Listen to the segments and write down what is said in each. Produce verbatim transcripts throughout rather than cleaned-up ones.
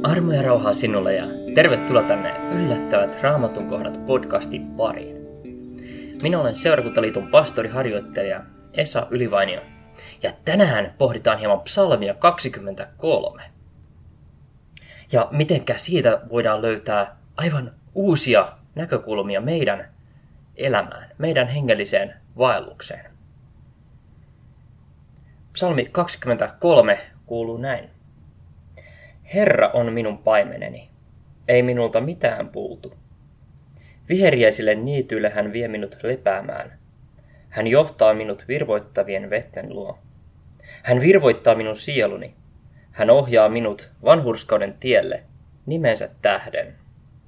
Armo ja rauhaa sinulle ja tervetuloa tänne Yllättävät Raamatun kohdat podcastin pariin. Minä olen Seurakuntaliiton pastoriharjoittelija Esa Ylivainio ja tänään pohditaan hieman psalmia kaksikymmentäkolme. Ja mitenkä siitä voidaan löytää aivan uusia näkökulmia meidän elämään, meidän hengelliseen vaellukseen. Psalmi kaksikymmentäkolme kuuluu näin. Herra on minun paimeneni, ei minulta mitään puutu. Viheriäisille niityille hän vie minut lepäämään. Hän johtaa minut virvoittavien vetten luo. Hän virvoittaa minun sieluni. Hän ohjaa minut vanhurskauden tielle, nimensä tähden.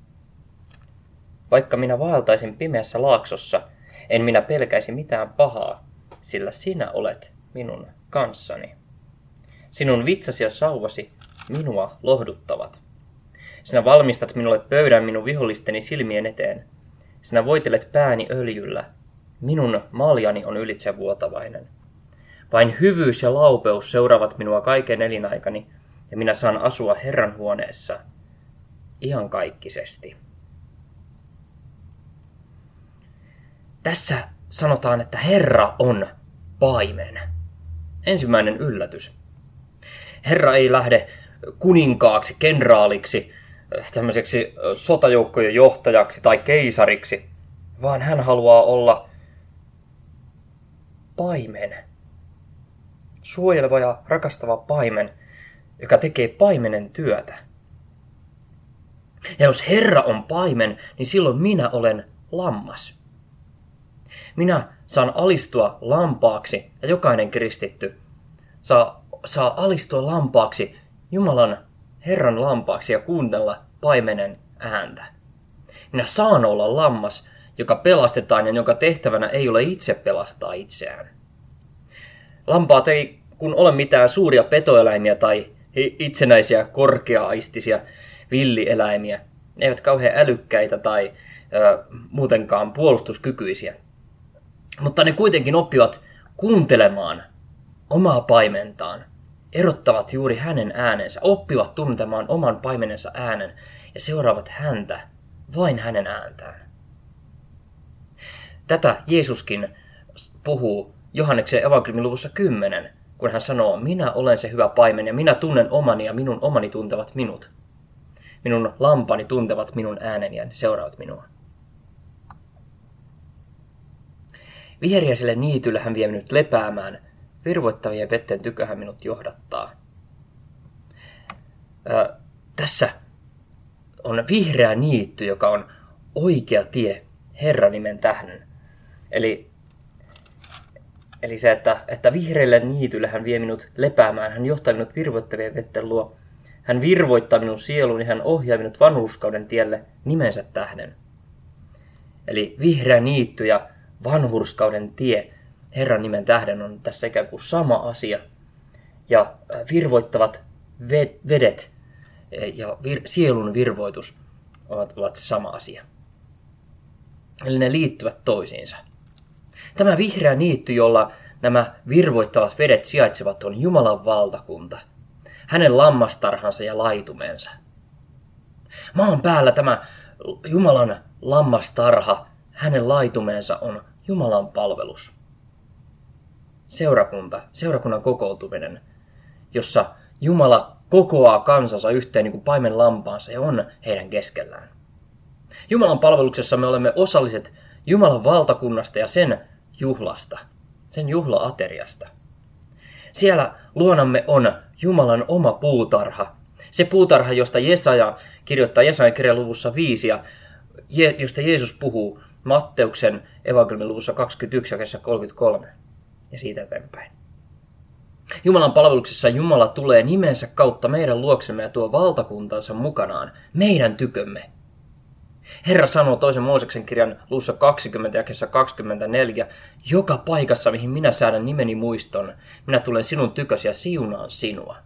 Vaikka minä vaeltaisin pimeässä laaksossa, en minä pelkäisi mitään pahaa, sillä sinä olet minun kanssani. Sinun vitsasi ja sauvasi minua lohduttavat. Sinä valmistat minulle pöydän minun vihollisteni silmien eteen. Sinä voitelet pääni öljyllä. Minun maljani on ylitsevuotavainen. Vain hyvyys ja laupeus seuraavat minua kaiken elinaikani, ja minä saan asua Herran huoneessa iankaikkisesti. Tässä sanotaan, että Herra on paimen. Ensimmäinen yllätys. Herra ei lähde kuninkaaksi, kenraaliksi, tämmöiseksi sotajoukkojen johtajaksi tai keisariksi, vaan hän haluaa olla paimen. Suojeleva ja rakastava paimen, joka tekee paimenen työtä. Ja jos Herra on paimen, niin silloin minä olen lammas. Minä saan alistua lampaaksi, ja jokainen kristitty saa, saa alistua lampaaksi, Jumalan Herran lampaaksi ja kuuntella paimenen ääntä. Minä saan olla lammas, joka pelastetaan ja jonka tehtävänä ei ole itse pelastaa itseään. Lampaat ei kun ole mitään suuria petoeläimiä tai itsenäisiä korkea-aistisia villieläimiä. Ne eivät kauhean älykkäitä tai ö, muutenkaan puolustuskykyisiä. Mutta ne kuitenkin oppivat kuuntelemaan omaa paimentaan. Erottavat juuri hänen äänensä, oppivat tuntemaan oman paimenensa äänen ja seuraavat häntä, vain hänen ääntään. Tätä Jeesuskin puhuu Johanneksen evankeliumin luvussa kymmenen, kun hän sanoo, minä olen se hyvä paimen ja minä tunnen omani ja minun omani tuntevat minut. Minun lampani tuntevat minun ääneni ja ne seuraavat minua. Viheriäiselle niitylle hän vie minut lepäämään. Virvoittavien vetten tykö hän minut johdattaa. Ää, tässä on vihreä niitty, joka on oikea tie Herran nimen tähden. Eli, eli se, että, että vihreälle niitylle hän vie minut lepäämään. Hän johtaa minut virvoittavien vetten luo. Hän virvoittaa minun sieluni, hän ohjaa minut vanhurskauden tielle nimensä tähden. Eli vihreä niitty ja vanhurskauden tie Herran nimen tähden on tässä ikään kuin sama asia. Ja virvoittavat vedet ja vir- sielun virvoitus ovat, ovat sama asia. Eli ne liittyvät toisiinsa. Tämä vihreä niitty, jolla nämä virvoittavat vedet sijaitsevat, on Jumalan valtakunta. Hänen lammastarhansa ja laitumensa. Maan päällä tämä Jumalan lammastarha, hänen laitumensa on Jumalan palvelus. Seurakunta, seurakunnan kokoutuminen, jossa Jumala kokoaa kansansa yhteen niin kuin paimen lampaansa ja on heidän keskellään. Jumalan palveluksessa me olemme osalliset Jumalan valtakunnasta ja sen juhlasta, sen juhlaateriasta. Siellä luonamme on Jumalan oma puutarha. Se puutarha, josta Jesaja kirjoittaa Jesajan kirjan luvussa viisi ja Je, josta Jeesus puhuu Matteuksen evankeliumin luvussa kaksikymmentäyksi ja kolmekymmentäkolme ja siitä eteenpäin. Jumalan palveluksessa Jumala tulee nimensä kautta meidän luoksemme ja tuo valtakuntansa mukanaan meidän tykömme. Herra sanoo toisen Mooseksen kirjan luvussa kaksikymmentä ja kaksikymmentäneljä, joka paikassa, mihin minä säädän nimeni muiston, minä tulen sinun tykösi ja siunaan sinua.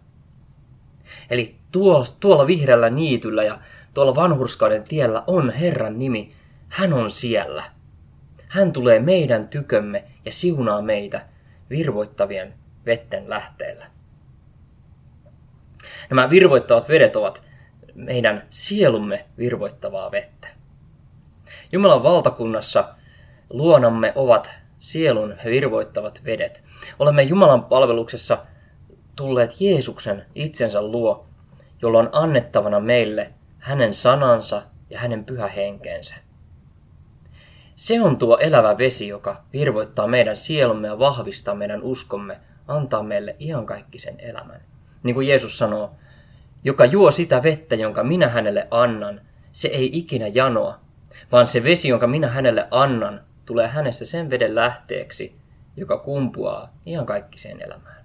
Eli tuo, tuolla vihreällä niityllä ja tuolla vanhurskauden tiellä on Herran nimi. Hän on siellä. Hän tulee meidän tykömme ja siunaa meitä virvoittavien vetten lähteellä. Nämä virvoittavat vedet ovat meidän sielumme virvoittavaa vettä. Jumalan valtakunnassa luonamme ovat sielun virvoittavat vedet. Olemme Jumalan palveluksessa tulleet Jeesuksen itsensä luo, jolla on annettavana meille hänen sanansa ja hänen pyhä henkensä. Se on tuo elävä vesi, joka virvoittaa meidän sielumme ja vahvistaa meidän uskomme, antaa meille iankaikkisen elämän. Niin kuin Jeesus sanoo, joka juo sitä vettä, jonka minä hänelle annan, se ei ikinä janoa, vaan se vesi, jonka minä hänelle annan, tulee hänestä sen veden lähteeksi, joka kumpuaa iankaikkiseen elämään.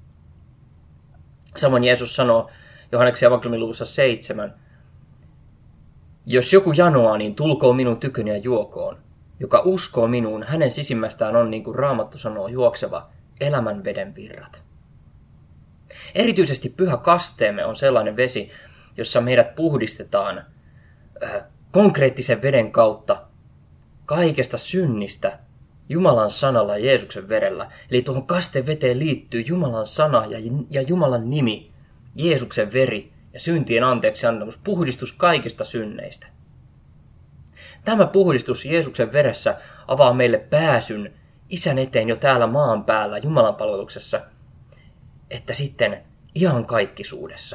Samoin Jeesus sanoo Johanneksen evankeliumin luvussa seitsemän, jos joku janoaa, niin tulkoon minun tyköni ja juokoon. Joka uskoo minuun, hänen sisimmästään on, niin kuin Raamattu sanoo, juokseva elämän veden virrat. Erityisesti pyhä kasteemme on sellainen vesi, jossa meidät puhdistetaan äh, konkreettisen veden kautta kaikesta synnistä Jumalan sanalla ja Jeesuksen verellä. Eli tuohon kasteveteen liittyy Jumalan sana ja, ja Jumalan nimi, Jeesuksen veri ja syntien anteeksi antamus, puhdistus kaikista synneistä. Tämä puhdistus Jeesuksen veressä avaa meille pääsyn Isän eteen jo täällä maan päällä Jumalan palveluksessa, että sitten iankaikkisuudessa.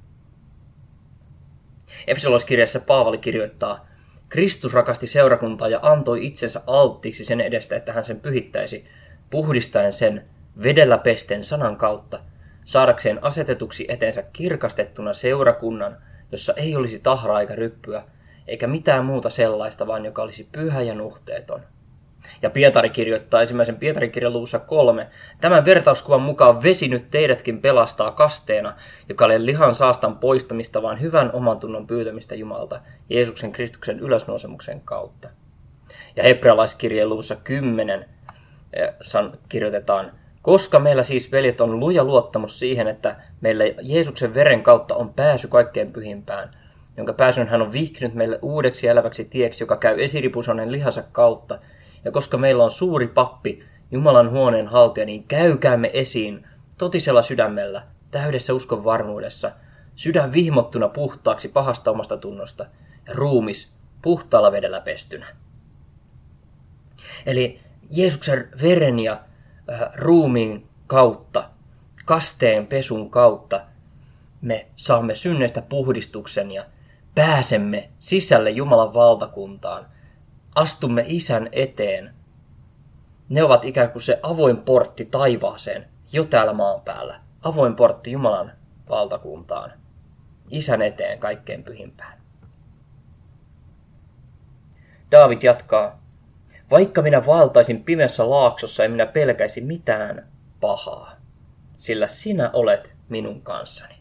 Efesolaiskirjassa Paavali kirjoittaa, Kristus rakasti seurakuntaa ja antoi itsensä alttiiksi sen edestä, että hän sen pyhittäisi, puhdistaen sen vedellä pesten sanan kautta, saadakseen asetetuksi eteensä kirkastettuna seurakunnan, jossa ei olisi tahraa eikä ryppyä, eikä mitään muuta sellaista, vaan joka olisi pyhä ja nuhteeton. Ja Pietari kirjoittaa ensimmäisen Pietarin kirjan luvussa kolme, tämän vertauskuvan mukaan vesi nyt teidätkin pelastaa kasteena, joka ei lihan saastan poistamista, vaan hyvän oman tunnon pyytämistä Jumalta, Jeesuksen Kristuksen ylösnousemuksen kautta. Ja hebrealaiskirjeen luvussa kymmenen kirjoitetaan, koska meillä siis, veljet, on luja luottamus siihen, että meillä Jeesuksen veren kautta on pääsy kaikkein pyhimpään, jonka pääsyn hän on vihkinyt meille uudeksi ja eläväksi tieksi, joka käy esiripusonen lihansa kautta. Ja koska meillä on suuri pappi, Jumalan huoneen haltija, niin käykäämme esiin totisella sydämellä, täydessä uskon varmuudessa, sydän vihmottuna puhtaaksi pahasta omasta tunnosta ja ruumis puhtaalla vedellä pestynä. Eli Jeesuksen veren ja äh, ruumiin kautta, kasteen pesun kautta, me saamme synneistä puhdistuksen ja pääsemme sisälle Jumalan valtakuntaan. Astumme Isän eteen. Ne ovat ikään kuin se avoin portti taivaaseen jo täällä maan päällä. Avoin portti Jumalan valtakuntaan. Isän eteen kaikkein pyhimpään. Daavid jatkaa. Vaikka minä vaeltaisin pimeässä laaksossa, en minä pelkäisi mitään pahaa, sillä sinä olet minun kanssani.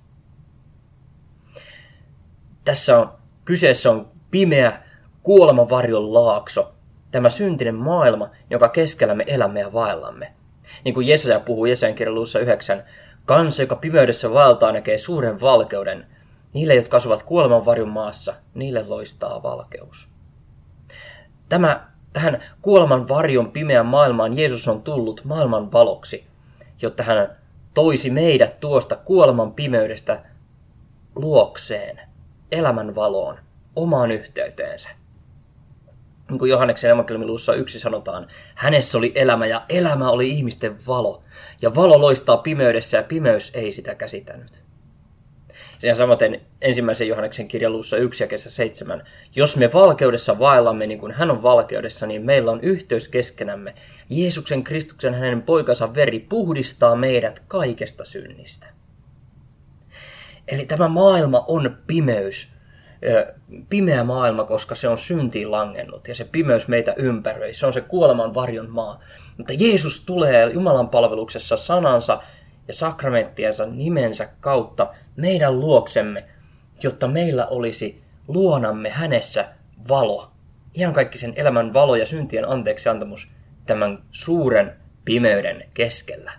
Tässä on kyseessä on pimeä kuolemanvarjon laakso, tämä syntinen maailma, jonka keskellä me elämme ja vaellamme. Niin kuin Jesaja puhuu Jesajan kirjan luvussa yhdeksän, kansa, joka pimeydessä vaeltaa, näkee suuren valkeuden. Niille, jotka asuvat kuolemanvarjon maassa, niille loistaa valkeus. Tämä, tähän kuolemanvarjon pimeän maailmaan Jeesus on tullut maailman valoksi, jotta hän toisi meidät tuosta kuoleman pimeydestä luokseen, elämän valoon, omaan yhteyteensä. Niin kuin Johanneksen evankeliumin luvussa yksi sanotaan, hänessä oli elämä ja elämä oli ihmisten valo. Ja valo loistaa pimeydessä ja pimeys ei sitä käsitänyt. Sen samaten ensimmäisen Johanneksen kirjan luvussa yksi ja kesä seitsemän. Jos me valkeudessa vaellamme niin kuin hän on valkeudessa, niin meillä on yhteys keskenämme. Jeesuksen Kristuksen hänen poikansa veri puhdistaa meidät kaikesta synnistä. Eli tämä maailma on pimeys. Pimeä maailma, koska se on syntiin langennut ja se pimeys meitä ympäröi. Se on se kuoleman varjon maa. Mutta Jeesus tulee Jumalan palveluksessa sanansa ja sakramenttiensa nimensä kautta meidän luoksemme, jotta meillä olisi luonamme hänessä valo. Iankaikkisen elämän valo ja syntien anteeksi antamus tämän suuren pimeyden keskellä.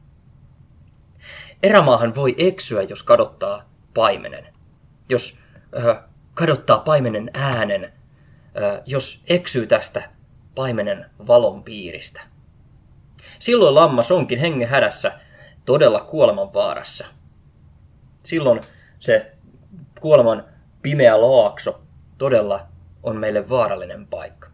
Erämaahan voi eksyä, jos kadottaa paimenen. Jos äh, kadottaa paimenen äänen, äh, jos eksyy tästä paimenen valon piiristä. Silloin lammas onkin hengen hädässä, todella kuoleman vaarassa. Silloin se kuoleman pimeä laakso todella on meille vaarallinen paikka.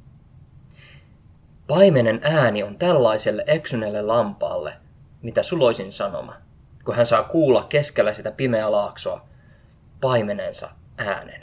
Paimenen ääni on tällaiselle eksyneelle lampaalle, mitä suloisin sanoma, kun hän saa kuulla keskellä sitä pimeää laaksoa paimenensa äänen.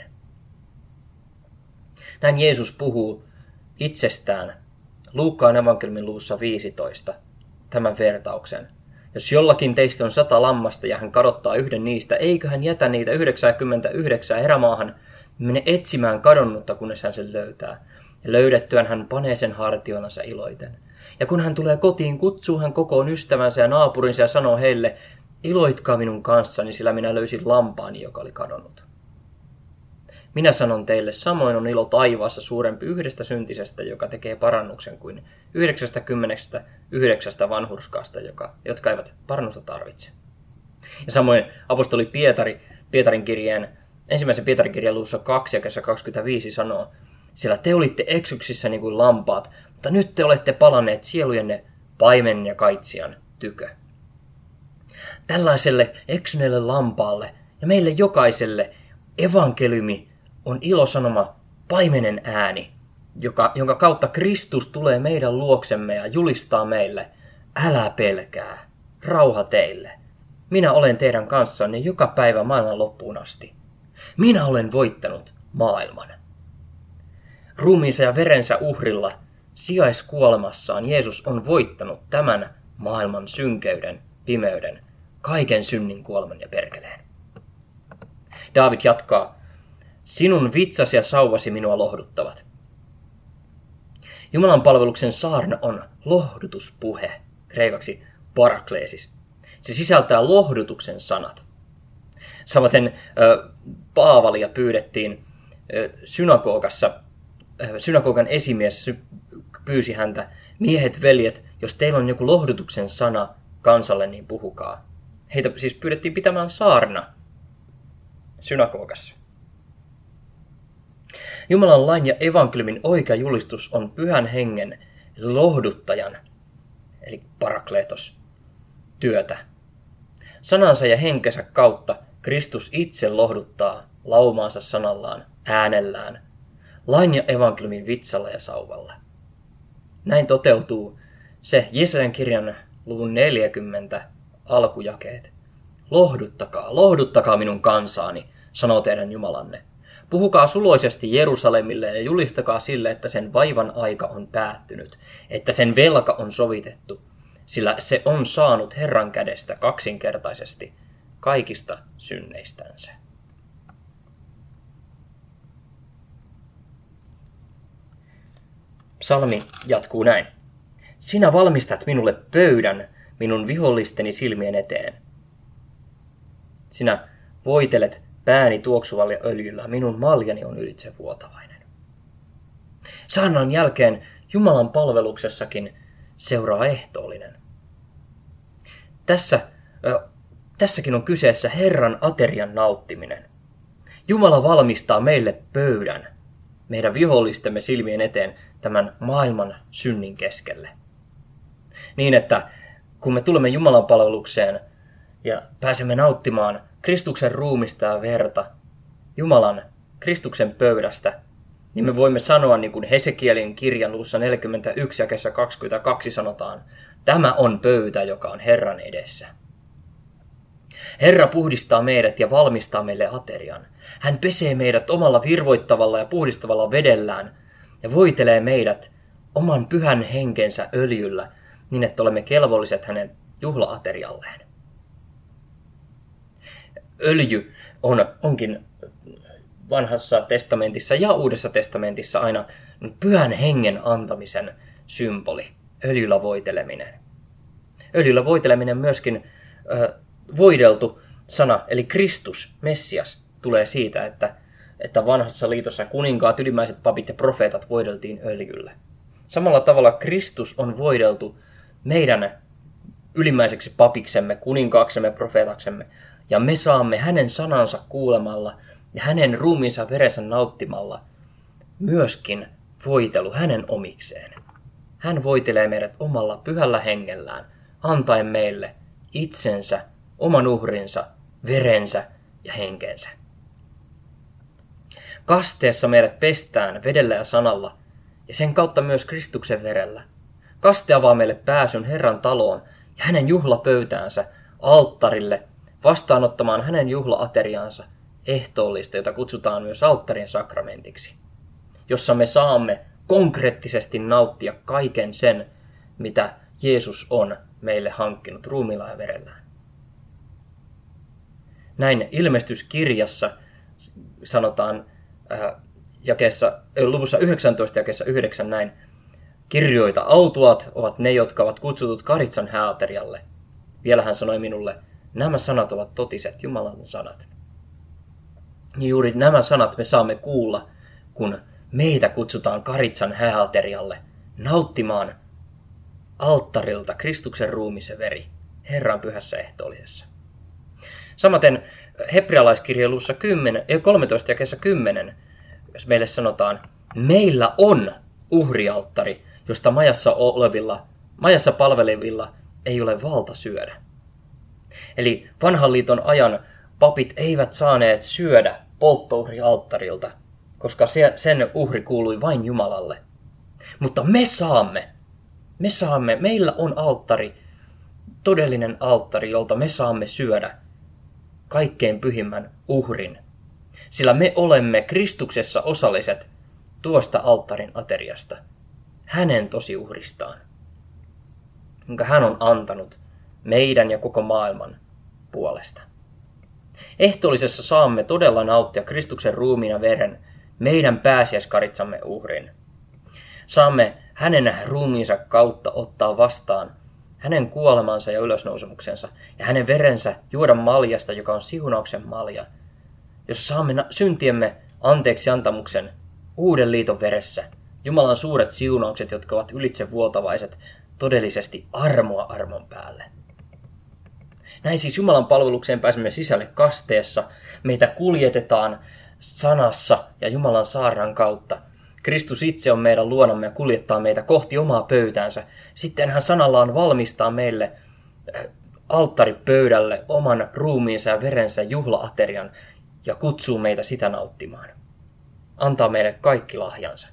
Näin Jeesus puhuu itsestään Luukkaan evankeliumin luvussa viisitoista tämän vertauksen. Jos jollakin teistä on sata lammasta ja hän kadottaa yhden niistä, eikö hän jätä niitä yhdeksänkymmentäyhdeksän erämaahan ja mene etsimään kadonnutta, kunnes hän sen löytää. Ja löydettyään hän panee sen hartioillansa iloiten. Ja kun hän tulee kotiin, kutsuu hän kokoon ystävänsä ja naapurinsa ja sanoo heille, iloitkaa minun kanssani, sillä minä löysin lampaani, joka oli kadonnut. Minä sanon teille, samoin on ilo taivaassa suurempi yhdestä syntisestä, joka tekee parannuksen, kuin yhdeksästäkymmenestä yhdeksästä vanhurskaasta, joka, jotka eivät parannusta tarvitse. Ja samoin apostoli Pietari, Pietarin kirjeen, ensimmäisen Pietarin kirjeen luvussa kaksi ja kaksikymmentäviisi sanoo, sillä te olitte eksyksissä niin kuin lampaat, mutta nyt te olette palanneet sielujenne paimen ja kaitsijan tykö. Tällaiselle eksyneelle lampaalle ja meille jokaiselle evankeliumi on ilosanoma paimenen ääni, joka, jonka kautta Kristus tulee meidän luoksemme ja julistaa meille, älä pelkää, rauha teille. Minä olen teidän kanssanne joka päivä maailman loppuun asti. Minä olen voittanut maailman. Ruumiinsa ja verensä uhrilla, sijaiskuolemassaan Jeesus on voittanut tämän maailman synkeyden, pimeyden, kaiken synnin, kuoleman ja perkeleen. Daavid jatkaa, sinun vitsasi ja sauvasi minua lohduttavat. Jumalan palveluksen saarna on lohdutuspuhe, kreikaksi parakleesis. Se sisältää lohdutuksen sanat. Samaten Paavalia pyydettiin synagogassa, synagogan esimies pyysi häntä, miehet, veljet, jos teillä on joku lohdutuksen sana kansalle, niin puhukaa. Heitä siis pyydettiin pitämään saarna synagogassa. Jumalan lain ja evankeliumin oikea julistus on pyhän hengen lohduttajan, eli parakleetos, työtä. Sanansa ja henkensä kautta Kristus itse lohduttaa laumaansa sanallaan, äänellään, lain ja evankeliumin vitsalla ja sauvalla. Näin toteutuu se Jesajan kirjan luvun neljäkymmentä alkujakeet. Lohduttakaa, lohduttakaa minun kansaani, sanoo teidän Jumalanne. Puhukaa suloisesti Jerusalemille ja julistakaa sille, että sen vaivan aika on päättynyt, että sen velka on sovitettu, sillä se on saanut Herran kädestä kaksinkertaisesti kaikista synneistänsä. Psalmi jatkuu näin. Sinä valmistat minulle pöydän minun vihollisteni silmien eteen. Sinä voitelet pääni tuoksuvalla öljyllä, minun maljani on ylitsevuotavainen. Saarnan jälkeen Jumalan palveluksessakin seuraa ehtoollinen. Tässä, äh, tässäkin on kyseessä Herran aterian nauttiminen. Jumala valmistaa meille pöydän meidän vihollistemme silmien eteen tämän maailman synnin keskelle. Niin, että kun me tulemme Jumalan palvelukseen ja pääsemme nauttimaan Kristuksen ruumista ja verta, Jumalan Kristuksen pöydästä, niin me voimme sanoa, niin kuin Hesekielin kirjan luvussa neljäkymmentäyksi ja kaksikymmentäkaksi sanotaan, tämä on pöytä, joka on Herran edessä. Herra puhdistaa meidät ja valmistaa meille aterian. Hän pesee meidät omalla virvoittavalla ja puhdistavalla vedellään ja voitelee meidät oman pyhän henkensä öljyllä, niin että olemme kelvolliset hänen juhla-aterialleen. Öljy on, onkin vanhassa testamentissa ja uudessa testamentissa aina pyhän hengen antamisen symboli, öljyllä voiteleminen. Öljyllä voiteleminen myöskin ö, voideltu sana, eli Kristus, Messias, tulee siitä, että, että vanhassa liitossa kuninkaat, ylimmäiset papit ja profeetat voideltiin öljyllä. Samalla tavalla Kristus on voideltu meidän ylimmäiseksi papiksemme, kuninkaaksemme, profeetaksemme, ja me saamme hänen sanansa kuulemalla ja hänen ruumiinsa verensä nauttimalla myöskin voitelu hänen omikseen. Hän voitelee meidät omalla pyhällä hengellään, antaen meille itsensä, oman uhrinsa, verensä ja henkensä. Kasteessa meidät pestään vedellä ja sanalla, ja sen kautta myös Kristuksen verellä. Kaste avaa meille pääsyn Herran taloon ja hänen juhlapöytäänsä, alttarille, vastaanottamaan hänen juhlaateriaansa, ehtoollista, jota kutsutaan myös alttarin sakramentiksi, jossa me saamme konkreettisesti nauttia kaiken sen, mitä Jeesus on meille hankkinut ruumiillaan ja verellään. Näin ilmestyskirjassa sanotaan äh, jakeessa, luvussa yhdeksäntoista jakeessa yhdeksän näin, kirjoita autuat ovat ne, jotka ovat kutsutut Karitsan hääaterialle. Vielä hän sanoi minulle, nämä sanat ovat totiset Jumalan sanat. Ja juuri nämä sanat me saamme kuulla, kun meitä kutsutaan Karitsan hääaterialle nauttimaan alttarilta Kristuksen ruumis ja veri Herran pyhässä ehtoollisessa. Samaten hebrealaiskirjeen luvussa kolmetoista jakeessa kymmenen, jos meille sanotaan, meillä on uhrialttari, josta majassa olevilla, majassa palvelevilla ei ole valta syödä. Eli vanhan liiton ajan papit eivät saaneet syödä polttouhrialttarilta, koska sen uhri kuului vain Jumalalle. Mutta me saamme, me saamme, meillä on alttari, todellinen alttari, jolta me saamme syödä kaikkein pyhimmän uhrin. Sillä me olemme Kristuksessa osalliset tuosta alttarin ateriasta, hänen tosiuhristaan, jonka hän on antanut meidän ja koko maailman puolesta. Ehtoollisessa saamme todella nauttia Kristuksen ruumiin ja veren, meidän pääsiäiskaritsamme uhrin. Saamme hänen ruumiinsa kautta ottaa vastaan hänen kuolemansa ja ylösnousemuksensa ja hänen verensä juoda maljasta, joka on siunauksen malja, jossa saamme syntiemme anteeksi antamuksen uuden liiton veressä, Jumalan suuret siunaukset, jotka ovat ylitsevuotavaiset, todellisesti armoa armon päälle. Näin siis Jumalan palvelukseen pääsemme sisälle kasteessa, meitä kuljetetaan sanassa ja Jumalan saarnan kautta. Kristus itse on meidän luonamme ja kuljettaa meitä kohti omaa pöytäänsä. Sitten hän sanallaan valmistaa meille alttaripöydälle oman ruumiinsa ja verensä juhlaaterian ja kutsuu meitä sitä nauttimaan. Antaa meille kaikki lahjansa.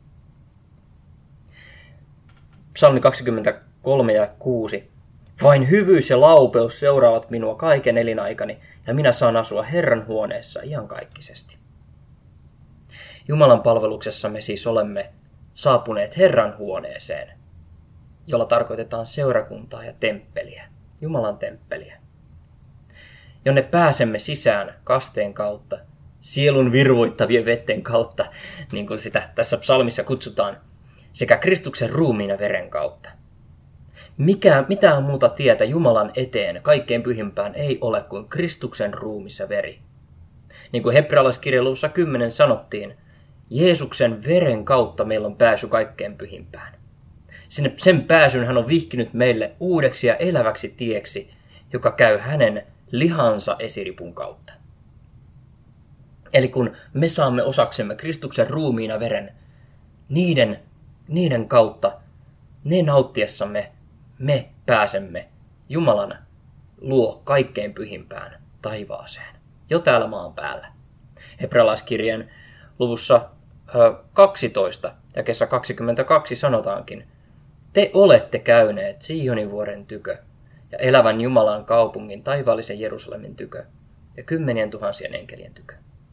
Psalmi kaksikymmentäkolme ja kuusi. Vain hyvyys ja laupeus seuraavat minua kaiken elinaikani, ja minä saan asua Herran huoneessa iankaikkisesti. Jumalan palveluksessa me siis olemme saapuneet Herran huoneeseen, jolla tarkoitetaan seurakuntaa ja temppeliä, Jumalan temppeliä, jonne pääsemme sisään kasteen kautta, sielun virvoittavien vetten kautta, niin kuin sitä tässä psalmissa kutsutaan, sekä Kristuksen ruumiin ja veren kautta. Mikä, mitään muuta tietä Jumalan eteen kaikkein pyhimpään ei ole kuin Kristuksen ruumis ja veri. Niin kuin hebrealaiskirjan luvussa kymmenen sanottiin, Jeesuksen veren kautta meillä on pääsy kaikkein pyhimpään. Sinne, sen pääsyn hän on vihkinyt meille uudeksi ja eläväksi tieksi, joka käy hänen lihansa esiripun kautta. Eli kun me saamme osaksemme Kristuksen ruumiin ja veren, niiden, niiden kautta, ne nauttiessamme, me pääsemme Jumalan luo kaikkein pyhimpään taivaaseen, jo täällä maan päällä. Hebrealaiskirjan luvussa kaksitoista ja kesä kaksikymmentäkaksi sanotaankin, te olette käyneet Sionin vuoren tykö ja elävän Jumalan kaupungin taivaallisen Jerusalemin tykö ja kymmenien tuhansien enkelien tykö.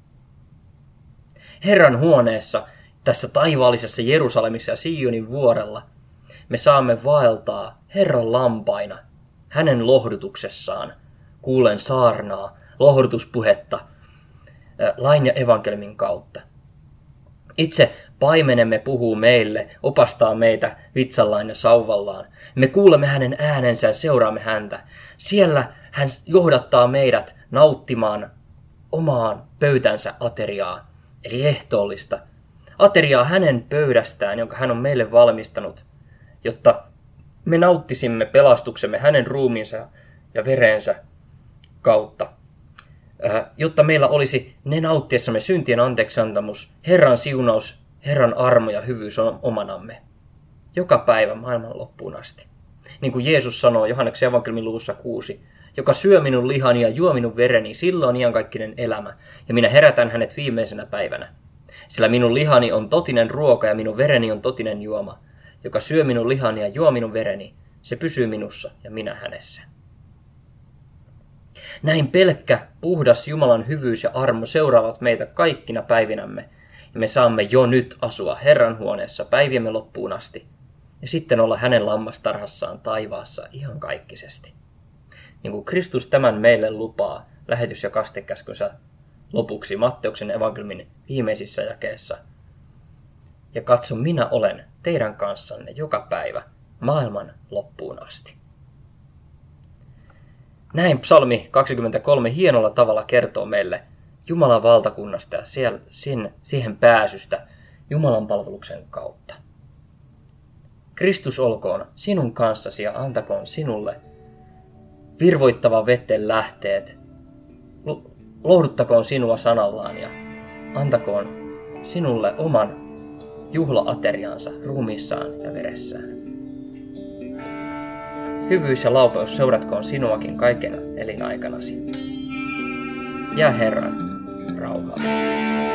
Herran huoneessa, tässä taivaallisessa Jerusalemissa ja Sionin vuorella, me saamme vaeltaa Herran lampaina, hänen lohdutuksessaan, kuulen saarnaa, lohdutuspuhetta, lain ja evankeliumin kautta. Itse paimenemme puhuu meille, opastaa meitä vitsallaan ja sauvallaan. Me kuulemme hänen äänensä ja seuraamme häntä. Siellä hän johdattaa meidät nauttimaan omaan pöytänsä ateriaa, eli ehtoollista. Ateriaa hänen pöydästään, jonka hän on meille valmistanut, jotta me nauttisimme pelastuksemme hänen ruumiinsa ja verensä kautta. Jotta meillä olisi ne nauttiessamme syntien anteeksiantamus, Herran siunaus, Herran armo ja hyvyys on omanamme. Joka päivä maailman loppuun asti. Niin kuin Jeesus sanoo Johanneksen evankeliumin luvussa kuusi, joka syö minun lihani ja juo minun vereni, silloin on iankaikkinen elämä, ja minä herätän hänet viimeisenä päivänä. Sillä minun lihani on totinen ruoka ja minun vereni on totinen juoma. Joka syö minun lihani ja juo minun vereni, se pysyy minussa ja minä hänessä. Näin pelkkä, puhdas Jumalan hyvyys ja armo seuraavat meitä kaikkina päivinämme, ja me saamme jo nyt asua Herran huoneessa päiviemme loppuun asti, ja sitten olla hänen lammastarhassaan taivaassa ihan kaikkisesti. Niin kuin Kristus tämän meille lupaa lähetys- ja kastekäskynsä lopuksi Matteuksen evankeliumin viimeisissä jakeissa. Ja katso, minä olen teidän kanssanne joka päivä maailman loppuun asti. Näin psalmi kaksikymmentäkolme hienolla tavalla kertoo meille Jumalan valtakunnasta ja siihen pääsystä Jumalan palveluksen kautta. Kristus olkoon sinun kanssasi ja antakoon sinulle virvoittava vetten lähteet. Lohduttakoon sinua sanallaan ja antakoon sinulle oman juhla-ateriansa ruumiissaan ja veressään. Hyvyys ja laupeus seuratkoon sinuakin kaikena elinaikanasi. Jää Herran rauhaan.